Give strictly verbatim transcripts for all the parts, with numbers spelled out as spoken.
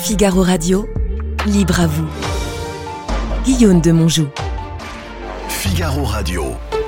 Figaro Radio, libre à vous. Guillaume de Monjou. Figaro Radio.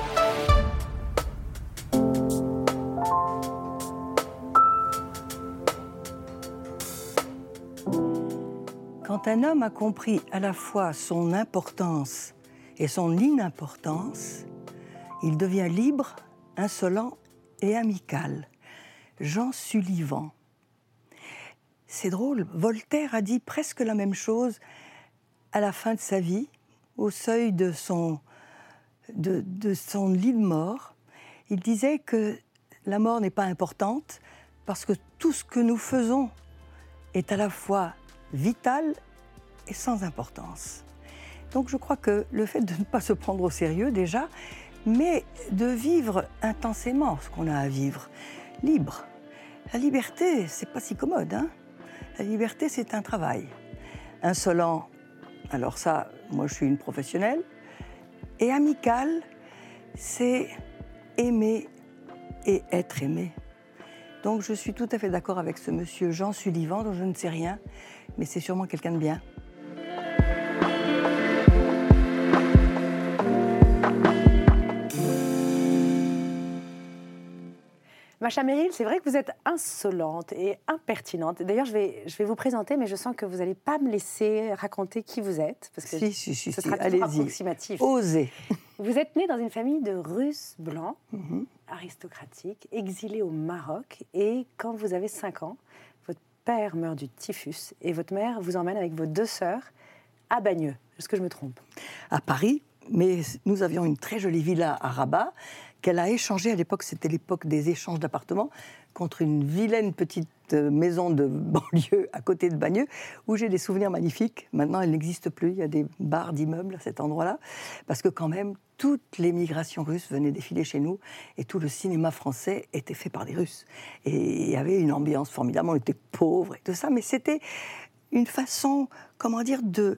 Quand un homme a compris à la fois son importance et son inimportance, il devient libre, insolent et amical. Jean Sullivan. C'est drôle, Voltaire a dit presque la même chose à la fin de sa vie, au seuil de son, de, de son lit de mort. Il disait que la mort n'est pas importante parce que tout ce que nous faisons est à la fois vital et sans importance. Donc je crois que le fait de ne pas se prendre au sérieux déjà, mais de vivre intensément ce qu'on a à vivre, libre. La liberté, c'est pas si commode, hein. La liberté, c'est un travail. Insolent, alors ça, moi je suis une professionnelle. Et amical, c'est aimer et être aimé. Donc je suis tout à fait d'accord avec ce monsieur Jean Sullivan, dont je ne sais rien, mais c'est sûrement quelqu'un de bien. Macha Merrill, c'est vrai que vous êtes insolente et impertinente. D'ailleurs, je vais, je vais vous présenter, mais je sens que vous n'allez pas me laisser raconter qui vous êtes, parce que si, si, si, ce si, sera toujours allez-y. approximatif. Osez. Vous êtes née dans une famille de Russes blancs, Mm-hmm. aristocratiques, exilés au Maroc. Et quand vous avez cinq ans, votre père meurt du typhus et votre mère vous emmène avec vos deux sœurs à Bagneux. Est-ce que je me trompe ? À Paris, mais nous avions une très jolie villa à Rabat, qu'elle a échangée, à l'époque, c'était l'époque des échanges d'appartements, contre une vilaine petite maison de banlieue à côté de Bagneux, où j'ai des souvenirs magnifiques. Maintenant, elle n'existe plus, il y a des barres d'immeubles à cet endroit-là, parce que quand même, toute l'émigration russe venait défiler chez nous, et tout le cinéma français était fait par des Russes. Et il y avait une ambiance formidable, on était pauvres et tout ça, mais c'était une façon, comment dire, de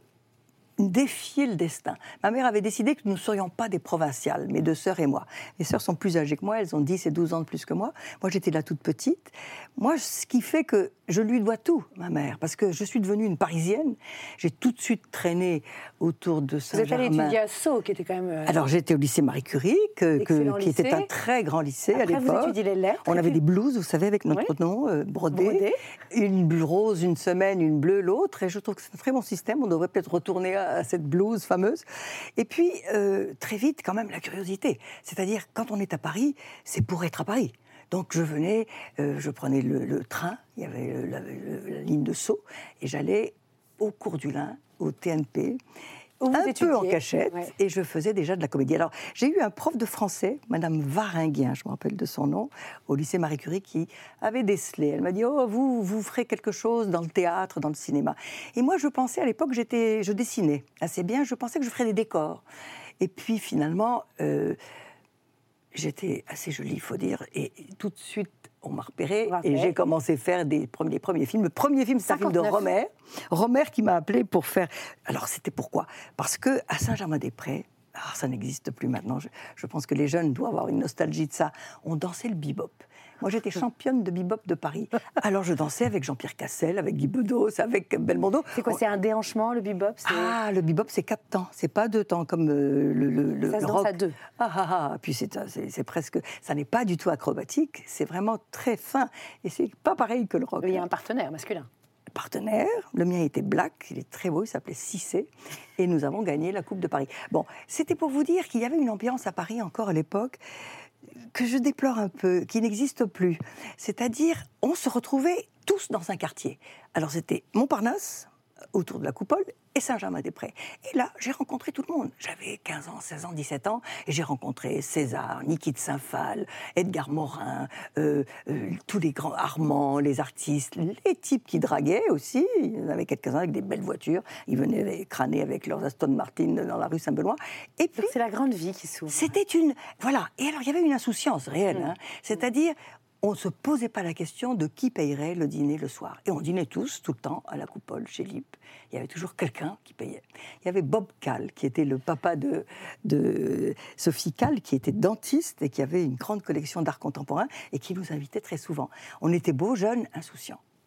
défier le destin. Ma mère avait décidé que nous ne serions pas des provinciales, mes deux sœurs et moi. Mes sœurs sont plus âgées que moi, elles ont dix et douze ans de plus que moi. Moi, j'étais la toute petite. Moi, ce qui fait que je lui dois tout, ma mère, parce que je suis devenue une Parisienne. J'ai tout de suite traîné autour de Saint-Germain. Vous êtes allée étudier à Sceaux, qui était quand même... Euh... Alors, j'étais au lycée Marie Curie, que, que, qui était un très grand lycée. Après, à l'époque. Vous étudiez les lettres. On avait des blouses, vous savez, avec notre oui. nom, euh, brodé. brodé. Une bleue rose une semaine, une bleue l'autre. Et je trouve que c'est un très bon système. On devrait peut-être retourner à, à cette blouse fameuse. Et puis, euh, très vite, quand même, la curiosité. C'est-à-dire, quand on est à Paris, c'est pour être à Paris. Donc, je venais, euh, je prenais le, le train, il y avait la, la, la ligne de Sceaux, et j'allais au Cours du Lin, au T N P, Où vous un étudiez. peu en cachette, ouais. Et je faisais déjà de la comédie. Alors, j'ai eu un prof de français, Madame Varinguien, je me rappelle de son nom, au lycée Marie Curie, qui avait décelé. Elle m'a dit « Oh, vous, vous ferez quelque chose dans le théâtre, dans le cinéma. » Et moi, je pensais, à l'époque, j'étais, je dessinais assez bien, je pensais que je ferais des décors. Et puis, finalement, euh, j'étais assez jolie, il faut dire, et tout de suite, on m'a repéré et j'ai commencé à faire des premiers, les premiers films. Le premier film, c'est un film de Romer. Romer qui m'a appelé pour faire... Alors, c'était pourquoi ? Parce qu'à Saint-Germain-des-Prés, alors ça n'existe plus maintenant, je, je pense que les jeunes doivent avoir une nostalgie de ça, on dansait le bebop. Moi, j'étais championne de bebop de Paris. Alors, je dansais avec Jean-Pierre Cassel, avec Guy Bedos, avec Belmondo. C'est quoi, c'est un déhanchement, le bebop ? C'est... Ah, le bebop, c'est quatre temps. C'est pas deux temps comme euh, le, le, le ça se rock. danse à deux. Ah, ah, ah. Puis c'est, c'est, c'est presque... Ça n'est pas du tout acrobatique. C'est vraiment très fin. Et c'est pas pareil que le rock. Il y a un partenaire masculin. Partenaire. Le mien était Black, il est très beau, il s'appelait Cissé, et nous avons gagné la Coupe de Paris. Bon, c'était pour vous dire qu'il y avait une ambiance à Paris encore à l'époque que je déplore un peu, qui n'existe plus. C'est-à-dire, on se retrouvait tous dans un quartier. Alors c'était Montparnasse, autour de la Coupole, et Saint-Germain-des-Prés. Et là, j'ai rencontré tout le monde. J'avais quinze ans, seize ans, dix-sept ans, et j'ai rencontré César, Niki de Saint-Phal, Edgar Morin, euh, euh, tous les grands Armand, les artistes, les types qui draguaient aussi. Il y en avait quelques-uns avec des belles voitures. Ils venaient crâner avec leurs Aston Martin dans la rue Saint-Benoît. Et puis, donc c'est la grande vie qui s'ouvre. C'était une... Voilà. Et alors, il y avait une insouciance réelle. Mmh. Hein. C'est-à-dire... on ne se posait pas la question de qui payerait le dîner le soir. Et on dînait tous, tout le temps, à la Coupole, chez Lippe. Il y avait toujours quelqu'un qui payait. Il y avait Bob Kahl, qui était le papa de, de Sophie Kahl, qui était dentiste et qui avait une grande collection d'art contemporain et qui nous invitait très souvent. On était beaux, jeunes, insouciants.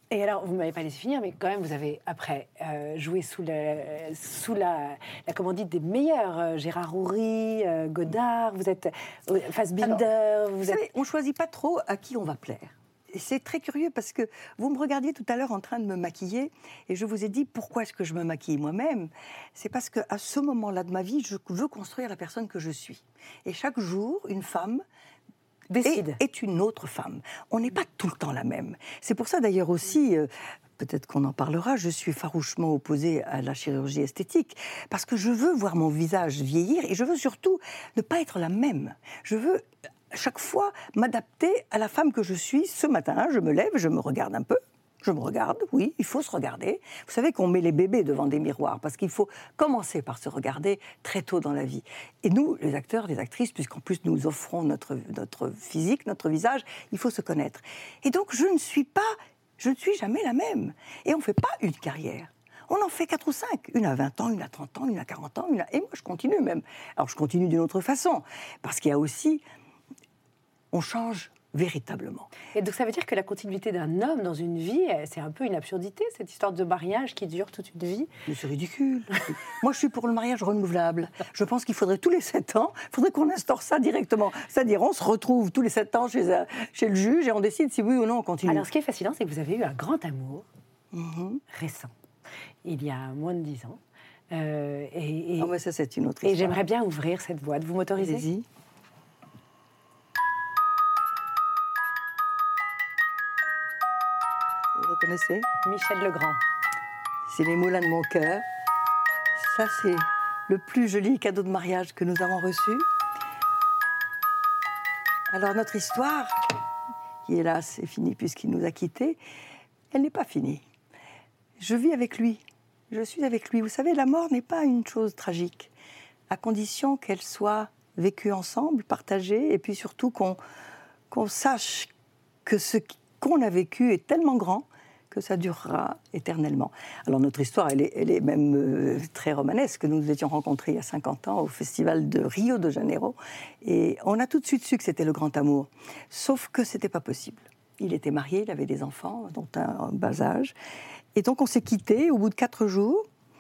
Et alors, vous ne m'avez pas laissé finir, mais quand même, vous avez, après, euh, joué sous, la, sous la, la commandite des meilleurs, euh, Gérard Houry, euh, Godard, vous êtes euh, Fassbinder, Alors, vous vous êtes... savez, on ne choisit pas trop à qui on va plaire. Et c'est très curieux parce que vous me regardiez tout à l'heure en train de me maquiller et je vous ai dit pourquoi est-ce que je me maquille moi-même. C'est parce qu'à ce moment-là de ma vie, je veux construire la personne que je suis. Et chaque jour, une femme Décide. Est, est une autre femme. On n'est pas tout le temps la même. C'est pour ça d'ailleurs aussi... Euh, peut-être qu'on en parlera, je suis farouchement opposée à la chirurgie esthétique, parce que je veux voir mon visage vieillir et je veux surtout ne pas être la même. Je veux chaque fois m'adapter à la femme que je suis. Ce matin, je me lève, je me regarde un peu. Je me regarde, oui, il faut se regarder. Vous savez qu'on met les bébés devant des miroirs parce qu'il faut commencer par se regarder très tôt dans la vie. Et nous, les acteurs, les actrices, puisqu'en plus nous offrons notre, notre physique, notre visage, il faut se connaître. Et donc je ne suis pas, je ne suis jamais la même. Et on ne fait pas une carrière. On en fait quatre ou cinq. Une à vingt ans, une à trente ans, une à quarante ans, une à... Et moi je continue même. Alors je continue d'une autre façon. Parce qu'il y a aussi... On change véritablement. Et donc ça veut dire que la continuité d'un homme dans une vie, c'est un peu une absurdité, cette histoire de mariage qui dure toute une vie. Mais c'est ridicule. Moi, je suis pour le mariage renouvelable. Je pense qu'il faudrait tous les sept ans, il faudrait qu'on instaure ça directement. C'est-à-dire, on se retrouve tous les sept ans chez, un, chez le juge et on décide si oui ou non on continue. Alors, ce qui est fascinant, c'est que vous avez eu un grand amour mm-hmm. récent, il y a moins de dix ans. Euh, et, et, ah, mais ça, c'est une autre histoire. Et j'aimerais bien ouvrir cette boîte. Vous m'autorisez ? Allez-y. Vous reconnaissez ? Michel Legrand. C'est les moulins de mon cœur. Ça, c'est le plus joli cadeau de mariage que nous avons reçu. Alors, notre histoire, qui hélas est finie puisqu'il nous a quittés, elle n'est pas finie. Je vis avec lui. Je suis avec lui. Vous savez, la mort n'est pas une chose tragique, à condition qu'elle soit vécue ensemble, partagée, et puis surtout qu'on, qu'on sache que ce qu'on a vécu est tellement grand que ça durera éternellement. Alors notre histoire, elle est, elle est même euh, très romanesque. Nous nous étions rencontrés il y a cinquante ans au festival de Rio de Janeiro et on a tout de suite su que c'était le grand amour. Sauf que c'était pas possible. Il était marié, il avait des enfants, dont un en bas âge. Et donc on s'est quittés au bout de quatre jours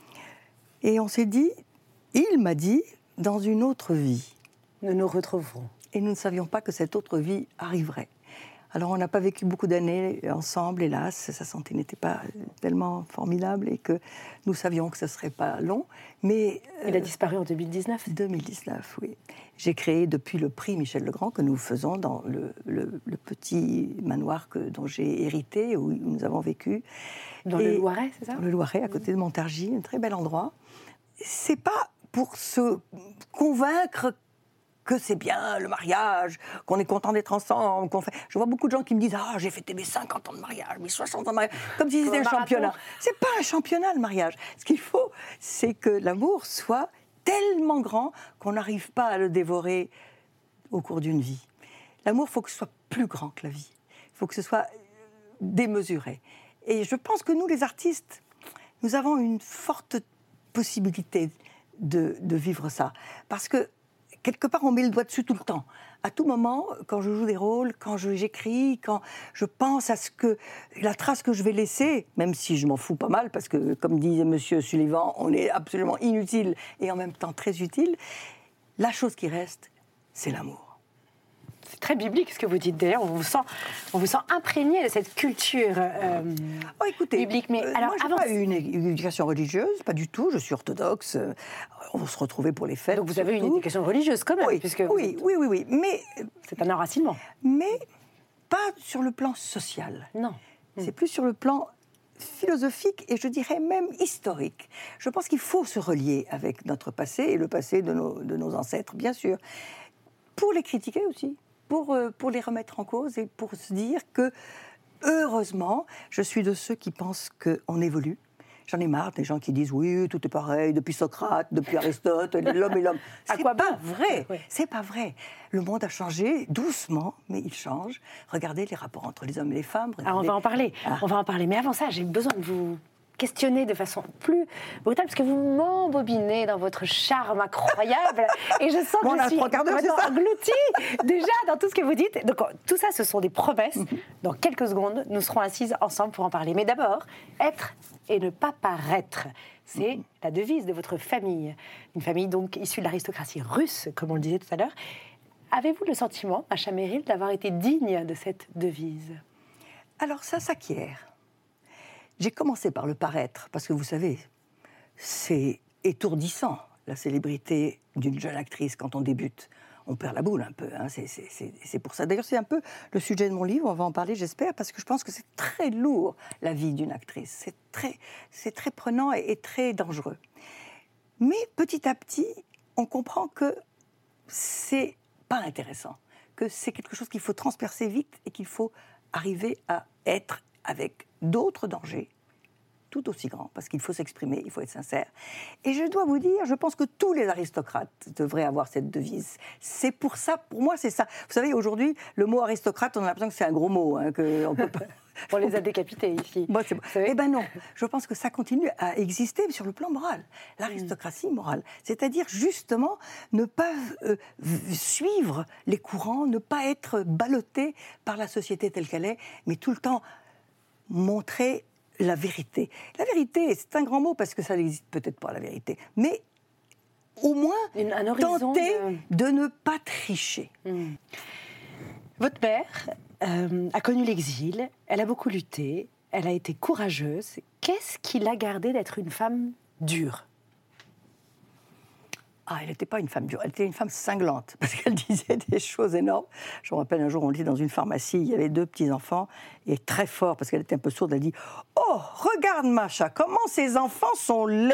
et on s'est dit, il m'a dit, dans une autre vie. Nous nous retrouverons. Et nous ne savions pas que cette autre vie arriverait. Alors, on n'a pas vécu beaucoup d'années ensemble, hélas. Sa santé n'était pas tellement formidable et que nous savions que ce ne serait pas long. Mais, il a euh, disparu en deux mille dix-neuf deux mille dix-neuf, oui. J'ai créé depuis le prix Michel Legrand que nous faisons dans le, le, le petit manoir que, dont j'ai hérité, où nous avons vécu. Dans et, le Loiret, c'est ça ? Dans le Loiret, à côté de Montargis, un très bel endroit. C'est pas pour se convaincre que c'est bien le mariage, qu'on est content d'être ensemble, qu'on fait... Je vois beaucoup de gens qui me disent « Ah, j'ai fêté mes cinquante ans de mariage, mes soixante ans de mariage », comme si c'était un championnat. C'est pas un championnat, le mariage. Ce qu'il faut, c'est que l'amour soit tellement grand qu'on n'arrive pas à le dévorer au cours d'une vie. L'amour, il faut que ce soit plus grand que la vie. Il faut que ce soit démesuré. Et je pense que nous, les artistes, nous avons une forte possibilité de, de vivre ça. Parce que quelque part, on met le doigt dessus tout le temps. À tout moment, quand je joue des rôles, quand je, j'écris, quand je pense à ce que la trace que je vais laisser, même si je m'en fous pas mal, parce que, comme disait Monsieur Sullivan, on est absolument inutile et en même temps très utile, la chose qui reste, c'est l'amour. C'est très biblique ce que vous dites. D'ailleurs, on vous sent, on vous sent imprégné de cette culture euh, oh, écoutez, biblique. Mais euh, alors, moi, je n'ai avant... pas eu une éducation religieuse, pas du tout. Je suis orthodoxe. On se retrouvait pour les fêtes. Donc vous avez surtout. une éducation religieuse quand même, oui, puisque oui, oui, oui, oui. Mais c'est un enracinement. Mais pas sur le plan social. Non. C'est plus sur le plan philosophique et je dirais même historique. Je pense qu'il faut se relier avec notre passé et le passé de nos, de nos ancêtres, bien sûr, pour les critiquer aussi. Pour, euh, pour les remettre en cause et pour se dire que, heureusement, je suis de ceux qui pensent qu'on évolue. J'en ai marre des gens qui disent « oui, tout est pareil, depuis Socrate, depuis Aristote, l'homme et l'homme ». C'est quoi pas bon vrai, oui. C'est pas vrai. Le monde a changé doucement, mais il change. Regardez les rapports entre les hommes et les femmes. Ah, on va en parler, ah. on va en parler. Mais avant ça, j'ai besoin de vous questionner de façon plus brutale, parce que vous m'embobinez dans votre charme incroyable, et je sens Bon, que on a je suis trois quarts d'heure, c'est ça engloutie déjà dans tout ce que vous dites. Donc tout ça, ce sont des promesses. Dans quelques secondes, nous serons assises ensemble pour en parler. Mais d'abord, être et ne pas paraître. C'est la devise de votre famille. Une famille donc issue de l'aristocratie russe, comme on le disait tout à l'heure. Avez-vous le sentiment, Macha Merrill, d'avoir été digne de cette devise ? Alors ça s'acquiert. J'ai commencé par le paraître, parce que vous savez, c'est étourdissant, la célébrité d'une jeune actrice quand on débute. On perd la boule un peu, hein. c'est, c'est, c'est, c'est pour ça. D'ailleurs, c'est un peu le sujet de mon livre, on va en parler, j'espère, parce que je pense que c'est très lourd, la vie d'une actrice. C'est très, c'est très prenant et, et très dangereux. Mais petit à petit, on comprend que c'est pas intéressant, que c'est quelque chose qu'il faut transpercer vite et qu'il faut arriver à être avec d'autres dangers, tout aussi grands, parce qu'il faut s'exprimer, il faut être sincère. Et je dois vous dire, je pense que tous les aristocrates devraient avoir cette devise. C'est pour ça, pour moi, c'est ça. Vous savez, aujourd'hui, le mot aristocrate, on a l'impression que c'est un gros mot, hein, qu'on peut pas... On les a décapités ici. Moi, c'est... Eh ben non, je pense que ça continue à exister sur le plan moral, l'aristocratie morale. C'est-à-dire justement ne pas euh, suivre les courants, ne pas être ballotté par la société telle qu'elle est, mais tout le temps montrer la vérité. La vérité, c'est un grand mot parce que ça n'existe peut-être pas, la vérité, mais au moins Une, un horizon tenter de... de ne pas tricher. Mmh. Votre mère euh, a connu l'exil, elle a beaucoup lutté, elle a été courageuse. Qu'est-ce qui l'a gardée d'être une femme dure ? Ah, elle n'était pas une femme dure, elle était une femme cinglante, parce qu'elle disait des choses énormes. Je me rappelle un jour, on était dans une pharmacie, il y avait deux petits-enfants, et très fort, parce qu'elle était un peu sourde, elle dit « Oh, regarde Macha, comment ces enfants sont laids !»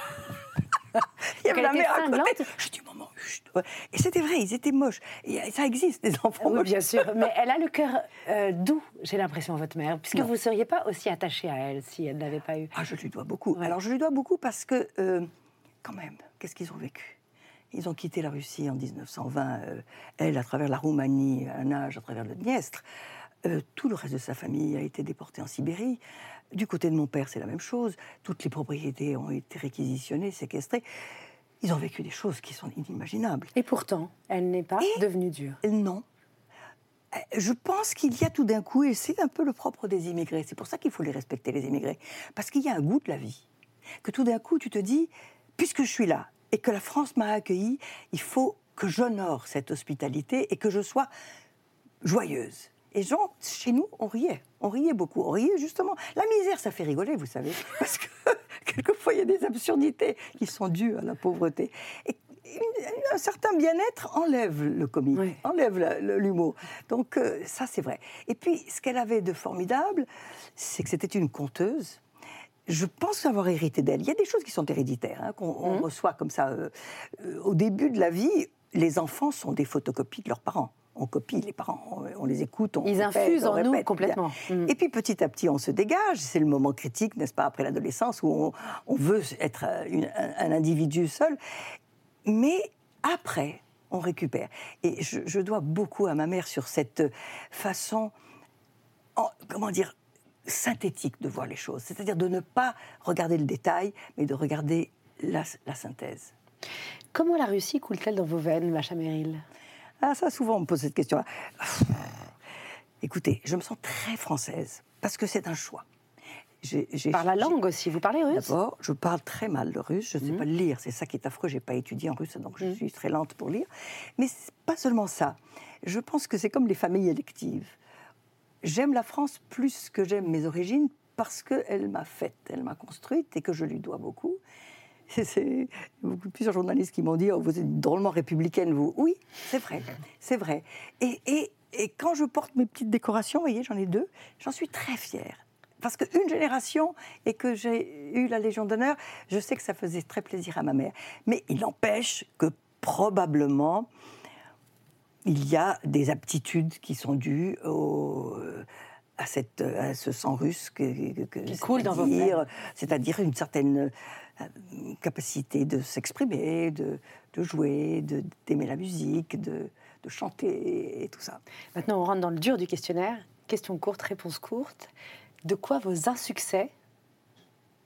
Il y avait la mère à côté. Je dis « Maman, chut !» Et c'était vrai, ils étaient moches. Et ça existe, des enfants oui, moches. bien sûr, mais elle a le cœur euh, doux, j'ai l'impression, votre mère, puisque Non. vous ne seriez pas aussi attachée à elle si elle n'avait pas eu... Ah, je lui dois beaucoup. Ouais. Alors, je lui dois beaucoup parce que, euh, quand même, qu'est-ce qu'ils ont vécu ? Ils ont quitté la Russie en dix-neuf cent vingt, euh, elle à travers la Roumanie, à un âge à travers le Dniestre. Euh, tout le reste de sa famille a été déporté en Sibérie. Du côté de mon père, c'est la même chose. Toutes les propriétés ont été réquisitionnées, séquestrées. Ils ont vécu des choses qui sont inimaginables. Et pourtant, elle n'est pas Et devenue dure. Non. Je pense qu'il y a tout d'un coup, et c'est un peu le propre des immigrés, c'est pour ça qu'il faut les respecter, les immigrés, parce qu'il y a un goût de la vie. Que tout d'un coup, tu te dis, puisque je suis là, et que la France m'a accueilli, il faut que j'honore cette hospitalité et que je sois joyeuse. Et genre, chez nous, on riait. On riait beaucoup. On riait justement. La misère, ça fait rigoler, vous savez. Parce que quelquefois, il y a des absurdités qui sont dues à la pauvreté. Et une, un certain bien-être enlève le comique, oui. enlève la, le, l'humour. Donc euh, ça, c'est vrai. Et puis, ce qu'elle avait de formidable, c'est que c'était une conteuse. Je pense avoir hérité d'elle. Il y a des choses qui sont héréditaires, hein, qu'on on mmh. reçoit comme ça. Euh, euh, au début de la vie, les enfants sont des photocopies de leurs parents. On copie les parents, on, on les écoute, on Ils répète, infusent on en répète, nous complètement. Mmh. Et puis petit à petit, on se dégage. C'est le moment critique, n'est-ce pas, après l'adolescence, où on, on veut être une, un, un individu seul. Mais après, on récupère. Et je, je dois beaucoup à ma mère sur cette façon, en, comment dire, synthétique de voir les choses. C'est-à-dire de ne pas regarder le détail, mais de regarder la, la synthèse. Comment la Russie coule-t-elle dans vos veines, Macha Merrill ? Ah, ça, souvent, on me pose cette question-là. Écoutez, je me sens très française, parce que c'est un choix. J'ai, j'ai, Par la langue j'ai... aussi, vous parlez russe ? D'abord, je parle très mal le russe, je ne sais mmh. pas le lire, c'est ça qui est affreux, je n'ai pas étudié en russe, donc je mmh. suis très lente pour lire. Mais c'est pas seulement ça, je pense que c'est comme les familles électives. J'aime la France plus que j'aime mes origines, parce qu'elle m'a faite, elle m'a construite, et que je lui dois beaucoup. C'est, c'est beaucoup, plusieurs journalistes qui m'ont dit oh, « Vous êtes drôlement républicaine, vous ». Oui, c'est vrai, c'est vrai. Et, et, et quand je porte mes petites décorations, vous voyez, j'en ai deux, j'en suis très fière. Parce qu'une génération, et que j'ai eu la Légion d'honneur, je sais que ça faisait très plaisir à ma mère. Mais il n'empêche que probablement, il y a des aptitudes qui sont dues au... À, cette, à ce sang russe que, que, qui coule dans vos veines. C'est-à-dire une certaine capacité de s'exprimer, de, de jouer, de, d'aimer la musique, de, de chanter et tout ça. Maintenant, on rentre dans le dur du questionnaire. Question courte, réponse courte. De quoi vos insuccès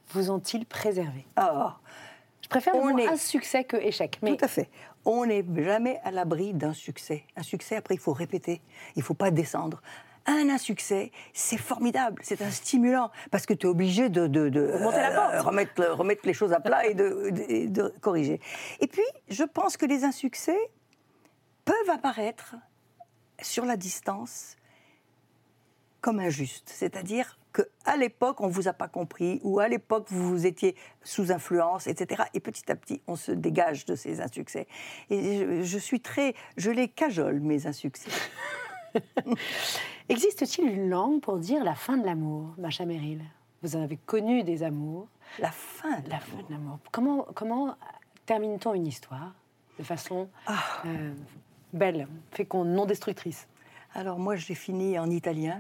vous ont-ils préservé? Oh, Je préfère le on mot est- insuccès que échec. Mais Tout à fait. On n'est jamais à l'abri d'un succès. Un succès, après, il faut répéter. Il ne faut pas descendre. Un insuccès, c'est formidable, c'est un stimulant, parce que tu es obligé de, de, de monter la pente. remettre, le- remettre les choses à plat et de, de- et de corriger. Et puis, je pense que les insuccès peuvent apparaître sur la distance comme injustes. C'est-à-dire qu'à l'époque, on ne vous a pas compris, ou à l'époque, vous étiez sous influence, et cetera. Et petit à petit, on se dégage de ces insuccès. Et je, je suis très... Je les cajole, mes insuccès. existe-t-il une langue pour dire la fin de l'amour, Macha Merrill? Vous en avez connu des amours. La fin de La fin de l'amour. Comment, comment termine-t-on une histoire de façon Ah. euh, belle, féconde, non destructrice? Alors moi, j'ai fini en italien.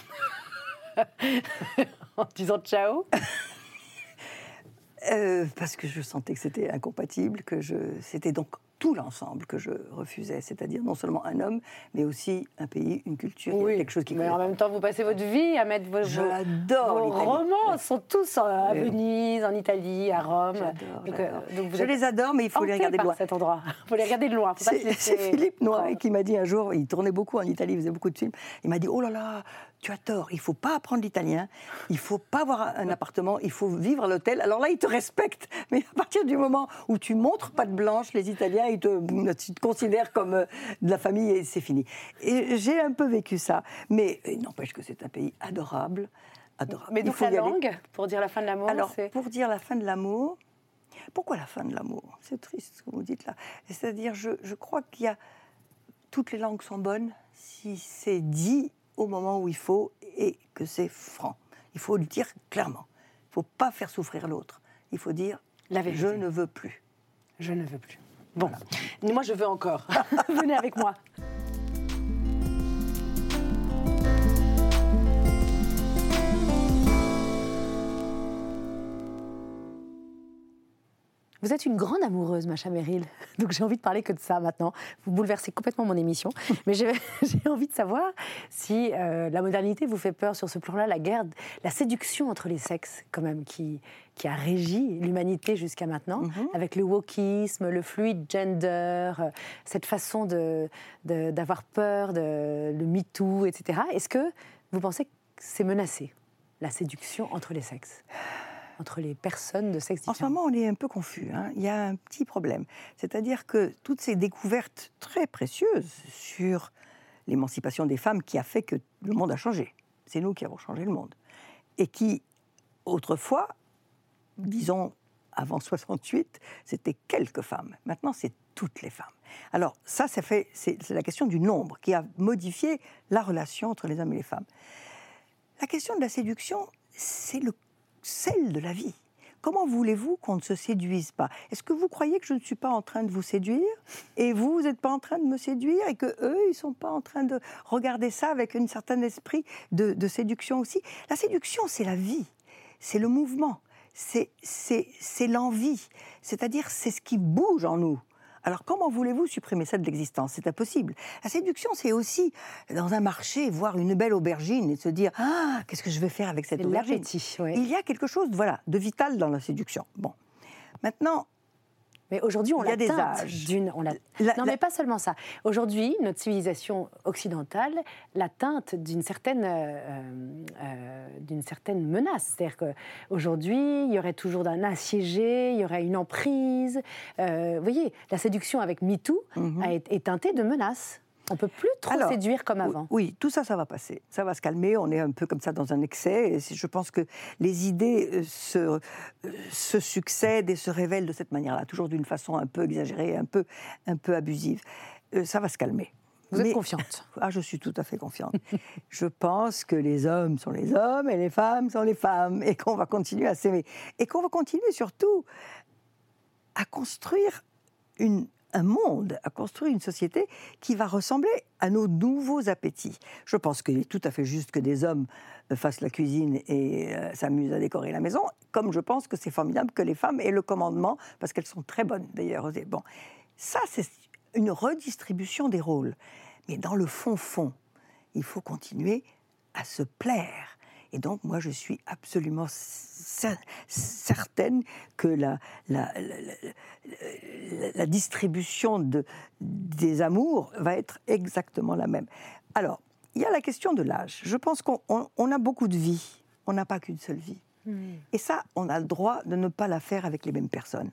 En disant ciao? Euh, parce que je sentais que c'était incompatible, que je, c'était donc tout l'ensemble que je refusais, c'est-à-dire non seulement un homme, mais aussi un pays, une culture, il y a quelque chose qui... mais en même temps, vous passez votre vie à mettre vos, vos, J'adore vos l'Italie. romans sont tous en- à Oui. Venise, en Italie, à Rome. J'adore, Donc, j'adore. donc vous Je êtes les adore, mais il faut les hanté regarder de par loin. cet endroit. Il faut les regarder de loin. Faut pas se C'est laisser c'est Philippe Noiret prendre. qui m'a dit un jour, il tournait beaucoup en Italie, il faisait beaucoup de films, il m'a dit, oh là là, tu as tort, il ne faut pas apprendre l'italien, il ne faut pas avoir un appartement, il faut vivre à l'hôtel. Alors là, ils te respectent, mais à partir du moment où tu montres patte blanche, les Italiens, ils te, ils te considèrent comme euh, de la famille et c'est fini. Et j'ai un peu vécu ça, mais il n'empêche que c'est un pays adorable, adorable. Mais Il donc faut la y aller. langue, pour dire la fin de l'amour, Alors, c'est... pour dire la fin de l'amour, pourquoi la fin de l'amour? C'est triste ce que vous dites là. C'est-à-dire, je, je crois qu'il y a... Toutes les langues sont bonnes si c'est dit au moment où il faut et que c'est franc. Il faut le dire clairement. Il ne faut pas faire souffrir l'autre. Il faut dire, La vérité. je ne veux plus. Je ne veux plus. Bon, moi je veux encore. Venez avec moi. Vous êtes une grande amoureuse, Macha Merrill. Donc j'ai envie de parler que de ça maintenant. Vous bouleversez complètement mon émission. Mais j'ai j'ai envie de savoir si euh, la modernité vous fait peur sur ce plan-là, la guerre, la séduction entre les sexes, quand même, qui, qui a régi l'humanité jusqu'à maintenant, Mhm. avec le wokisme, le fluid gender, euh, cette façon de, de- d'avoir peur, de, le MeToo, et cetera. Est-ce que vous pensez que c'est menacé, la séduction entre les sexes, entre les personnes de sexe En différent? ce moment, on est un peu confus, hein. Il y a un petit problème. C'est-à-dire que toutes ces découvertes très précieuses sur l'émancipation des femmes qui a fait que le monde a changé. C'est nous qui avons changé le monde. Et qui, autrefois, disons avant soixante-huit, c'était quelques femmes. Maintenant, c'est toutes les femmes. Alors ça, ça fait, c'est, c'est la question du nombre qui a modifié la relation entre les hommes et les femmes. La question de la séduction, c'est le celle de la vie. Comment voulez-vous qu'on ne se séduise pas? Est-ce que vous croyez que je ne suis pas en train de vous séduire et vous, vous n'êtes pas en train de me séduire et que eux, ils ne sont pas en train de regarder ça avec un certain esprit de, de séduction aussi? La séduction, c'est la vie, c'est le mouvement, c'est, c'est, c'est l'envie, c'est-à-dire c'est ce qui bouge en nous. Alors comment voulez-vous supprimer ça de l'existence? C'est impossible. La séduction, c'est aussi, dans un marché, voir une belle aubergine et se dire « Ah, qu'est-ce que je vais faire avec cette C'est aubergine ?» l'appétit, oui. Il y a quelque chose, voilà, de vital dans la séduction. Bon, maintenant, Mais aujourd'hui, on Il y a la des teinte âges. d'une... on la- La- non, la- mais pas seulement ça. Aujourd'hui, notre civilisation occidentale la teinte d'une certaine, euh, euh, d'une certaine menace. C'est-à-dire qu'aujourd'hui, il y aurait toujours un assiégé, il y aurait une emprise. Euh, vous voyez, la séduction avec MeToo Mhm. a été est teintée de menaces. On ne peut plus trop Alors, séduire comme oui, avant. Oui, tout ça, ça va passer. Ça va se calmer. On est un peu comme ça dans un excès. Et c'est- je pense que les idées euh, se, euh, se succèdent et se révèlent de cette manière-là, toujours d'une façon un peu exagérée, un peu, un peu abusive. Euh, ça va se calmer. Vous êtes Mais- confiante? Ah, je suis tout à fait confiante. Je pense que les hommes sont les hommes et les femmes sont les femmes et qu'on va continuer à s'aimer. Et qu'on va continuer surtout à construire une, un monde, à construire une société qui va ressembler à nos nouveaux appétits. Je pense qu'il est tout à fait juste que des hommes euh, fassent la cuisine et euh, s'amusent à décorer la maison, comme je pense que c'est formidable que les femmes aient le commandement, parce qu'elles sont très bonnes d'ailleurs. Bon, ça, c'est une redistribution des rôles. Mais dans le fond-fond, il faut continuer à se plaire. Et donc, moi, je suis absolument cer- certaine que la, la, la, la, la distribution de, des amours va être exactement la même. Alors, il y a la question de l'âge. Je pense qu'on on, on a beaucoup de vies. On n'a pas qu'une seule vie. Mmh. Et ça, on a le droit de ne pas la faire avec les mêmes personnes.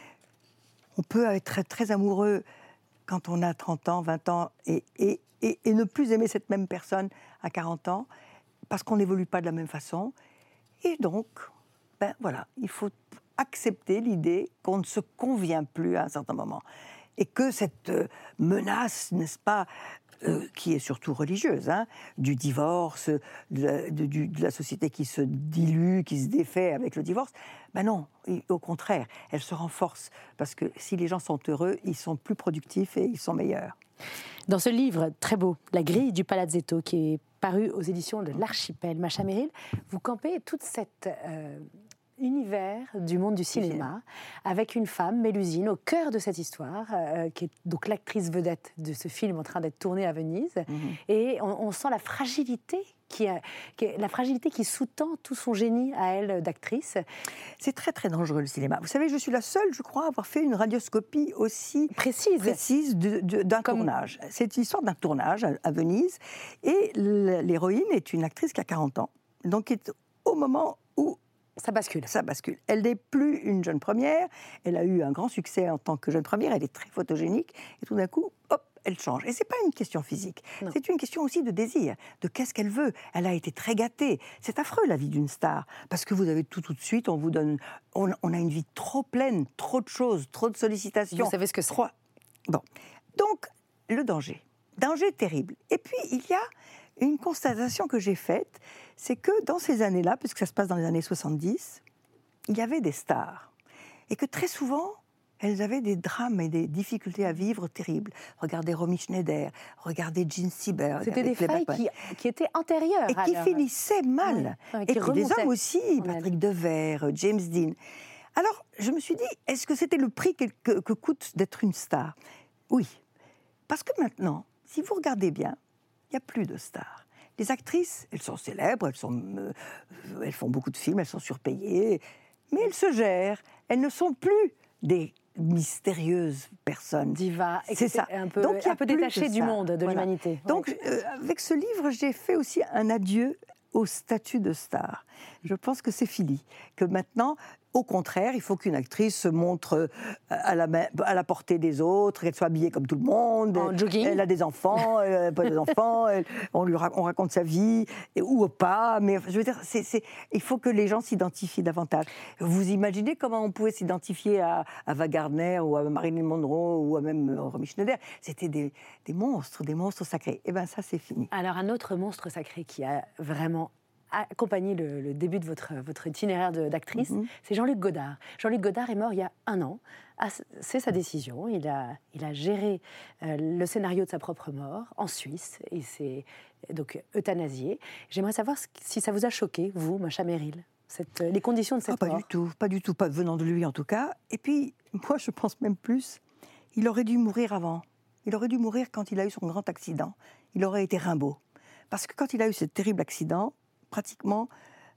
On peut être très, très amoureux quand on a trente ans, vingt ans, et, et, et, et ne plus aimer cette même personne à quarante ans, parce qu'on n'évolue pas de la même façon. Et donc, ben voilà, il faut accepter l'idée qu'on ne se convient plus à un certain moment. Et que cette menace, n'est-ce pas, euh, qui est surtout religieuse, hein, du divorce, de la, de, du, de la société qui se dilue, qui se défait avec le divorce, ben non, au contraire, elle se renforce. Parce que si les gens sont heureux, ils sont plus productifs et ils sont meilleurs. Dans ce livre très beau, La grille du Palazzetto, qui est paru aux éditions de l'Archipel, Macha Merrill, vous campez toute cette... Euh, univers du monde du cinéma, avec une femme, Mélusine, au cœur de cette histoire, euh, qui est donc l'actrice vedette de ce film en train d'être tourné à Venise. Mm-hmm. Et on, on sent la fragilité qui, a, qui a, la fragilité qui sous-tend tout son génie à elle d'actrice. C'est très très dangereux le cinéma. Vous savez, je suis la seule, je crois, à avoir fait une radioscopie aussi précise, précise de, de, d'un Comme... tournage. C'est l'histoire d'un tournage à, à Venise, et l'héroïne est une actrice qui a quarante ans, donc est au moment où Ça bascule. Ça bascule. Elle n'est plus une jeune première. Elle a eu un grand succès en tant que jeune première. Elle est très photogénique. Et tout d'un coup, hop, elle change. Et ce n'est pas une question physique. Non. C'est une question aussi de désir, de qu'est-ce qu'elle veut. Elle a été très gâtée. C'est affreux, la vie d'une star. Parce que vous avez tout tout de suite, on vous donne... On, on a une vie trop pleine, trop de choses, trop de sollicitations. Vous savez ce que c'est. Trop... Bon. Donc, le danger. Danger terrible. Et puis, il y a une constatation que j'ai faite, c'est que dans ces années-là, puisque ça se passe dans les années soixante-dix, il y avait des stars. Et que très souvent, elles avaient des drames et des difficultés à vivre terribles. Regardez Romy Schneider, regardez Jean Sieber. C'était des failles qui, qui étaient antérieures. Et qui alors. finissaient mal. Ouais, et puis des hommes aussi, Patrick Devers, James Dean. Alors, je me suis dit, est-ce que c'était le prix que, que, que coûte d'être une star ? Oui. Parce que maintenant, si vous regardez bien, il n'y a plus de stars. Les actrices, elles sont célèbres, elles, sont, euh, elles font beaucoup de films, elles sont surpayées, mais elles se gèrent. Elles ne sont plus des mystérieuses personnes. Diva, c'est ça. Un peu, Donc, un peu détachée du monde, de voilà. l'humanité. Donc, ouais. euh, avec ce livre, j'ai fait aussi un adieu au statut de star. Je pense que c'est fini. Que maintenant, au contraire, il faut qu'une actrice se montre à la, à la portée des autres, qu'elle soit habillée comme tout le monde. En jogging. Elle a des enfants, elle n'a pas des enfants, elle, on, lui ra- on raconte sa vie, et, ou pas. Mais je veux dire, c'est, c'est, il faut que les gens s'identifient davantage. Vous imaginez comment on pouvait s'identifier à, à Ava Gardner, ou à Marilyn Monroe, ou à même Romy Schneider. C'était des, des monstres, des monstres sacrés. Eh bien, ça, c'est fini. Alors, un autre monstre sacré qui a vraiment accompagné le, le début de votre, votre itinéraire de, d'actrice, mm-hmm. c'est Jean-Luc Godard. Jean-Luc Godard est mort il y a un an. Ah, c'est sa décision. Il a, il a géré euh, le scénario de sa propre mort en Suisse. Il s'est donc euthanasié. J'aimerais savoir si ça vous a choqué, vous, Macha Merrill, cette, les conditions de cette oh, pas mort. Pas du tout, pas du tout, pas venant de lui en tout cas. Et puis, moi, je pense même plus, il aurait dû mourir avant. Il aurait dû mourir quand il a eu son grand accident. Il aurait été Rimbaud. Parce que quand il a eu ce terrible accident, pratiquement,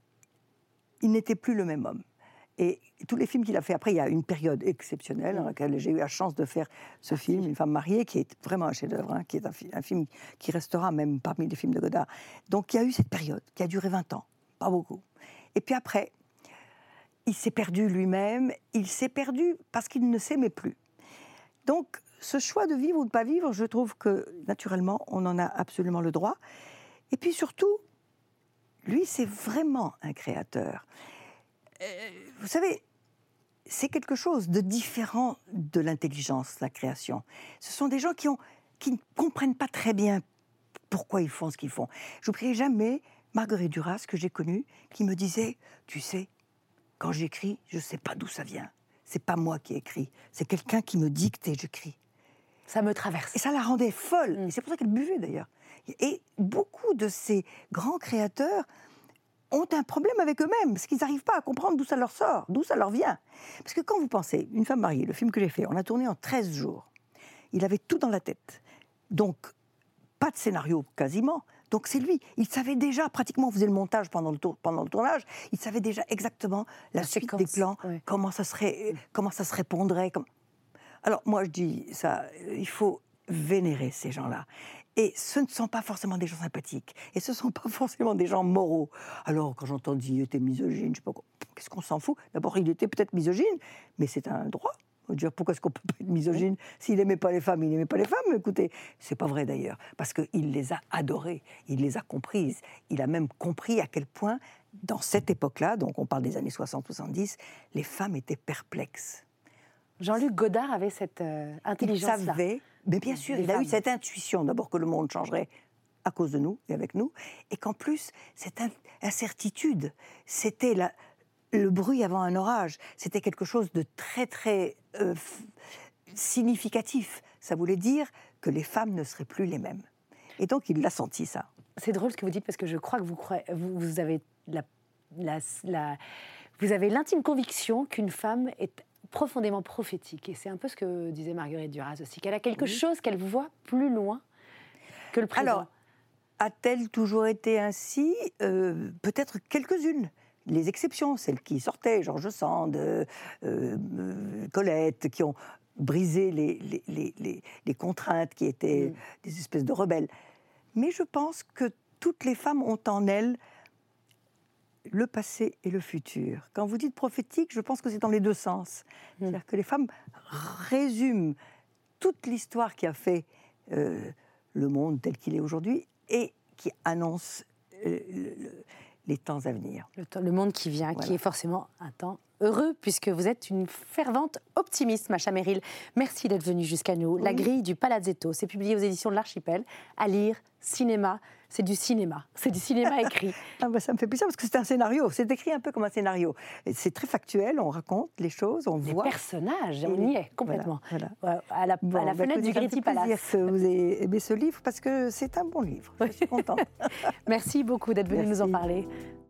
il n'était plus le même homme. Et tous les films qu'il a fait, après, il y a une période exceptionnelle dans laquelle j'ai eu la chance de faire ce film, Une femme mariée, qui est vraiment un chef-d'œuvre, hein, qui est un, un film qui restera même parmi les films de Godard. Donc il y a eu cette période qui a duré vingt ans, pas beaucoup. Et puis après, il s'est perdu lui-même, il s'est perdu parce qu'il ne s'aimait plus. Donc ce choix de vivre ou de ne pas vivre, je trouve que naturellement, on en a absolument le droit. Et puis surtout, lui, c'est vraiment un créateur. Euh, vous savez, c'est quelque chose de différent de l'intelligence, la création. Ce sont des gens qui, ont, qui ne comprennent pas très bien pourquoi ils font ce qu'ils font. Je n'oublierai jamais Marguerite Duras, que j'ai connue, qui me disait, tu sais, quand j'écris, je ne sais pas d'où ça vient. C'est pas moi qui écris, c'est quelqu'un qui me dicte et j'écris. Ça me traverse. Et ça la rendait folle. Mmh. Et c'est pour ça qu'elle buvait, d'ailleurs. Et beaucoup de ces grands créateurs ont un problème avec eux-mêmes, parce qu'ils n'arrivent pas à comprendre d'où ça leur sort, d'où ça leur vient. Parce que quand vous pensez, Une femme mariée, le film que j'ai fait, on a tourné en treize jours. Il avait tout dans la tête. Donc, pas de scénario quasiment, Donc c'est lui, il savait déjà, pratiquement, on faisait le montage pendant le, tour, pendant le tournage, il savait déjà exactement la, la suite séquence, des plans, ouais. comment, ça serait, comment ça se répondrait. Comme... Alors moi je dis ça, il faut vénérer ces gens-là. Et ce ne sont pas forcément des gens sympathiques, et ce ne sont pas forcément des gens moraux. Alors quand j'entends dire il était misogyne, je sais pas quoi, qu'est-ce qu'on s'en fout? D'abord il était peut-être misogyne, mais c'est un droit. Dire pourquoi est-ce qu'on peut pas être misogyne? S'il n'aimait pas les femmes, il n'aimait pas les femmes. Écoutez, c'est pas vrai d'ailleurs, parce qu'il les a adorées, il les a comprises. Il a même compris à quel point, dans cette époque-là, donc on parle des années soixante soixante-dix, les femmes étaient perplexes. Jean-Luc Godard avait cette euh, intelligence-là. Il savait, mais bien sûr, il a eu cette intuition d'abord que le monde changerait à cause de nous et avec nous, et qu'en plus, cette incertitude, c'était la... le bruit avant un orage, c'était quelque chose de très, très euh, significatif. Ça voulait dire que les femmes ne seraient plus les mêmes. Et donc, il l'a senti, ça. C'est drôle ce que vous dites, parce que je crois que vous, croyez, vous, vous avez la, la, la, vous avez l'intime conviction qu'une femme est profondément prophétique. Et c'est un peu ce que disait Marguerite Duras aussi, qu'elle a quelque oui. chose qu'elle voit plus loin que le présent. Alors, a-t-elle toujours été ainsi? euh, Peut-être quelques-unes. Les exceptions, celles qui sortaient, George Sand, euh, euh, Colette, qui ont brisé les, les, les, les, les contraintes, qui étaient mmh. des espèces de rebelles. Mais je pense que toutes les femmes ont en elles le passé et le futur. Quand vous dites prophétique, je pense que c'est dans les deux sens. Mmh. C'est-à-dire que les femmes résument toute l'histoire qui a fait euh, le monde tel qu'il est aujourd'hui et qui annonce euh, le, le les temps à venir. Le, temps, le monde qui vient, voilà. Qui est forcément un temps heureux, puisque vous êtes une fervente optimiste, Macha Merrill. Merci d'être venue jusqu'à nous. Oui. La grille du Palazzetto, c'est publié aux éditions de l'Archipel. À lire, cinéma, c'est du cinéma. C'est du cinéma écrit. Ah bah ça me fait plaisir, parce que c'est un scénario. C'est écrit un peu comme un scénario. Et c'est très factuel, on raconte les choses, on les voit. Les personnages, on y est, complètement. Voilà, voilà. À la, bon, à la bah, fenêtre du Gritti Palace. Ça me fait plaisir que vous ayez aimé ce livre, parce que c'est un bon livre. Je suis contente. Merci beaucoup d'être venue nous en parler.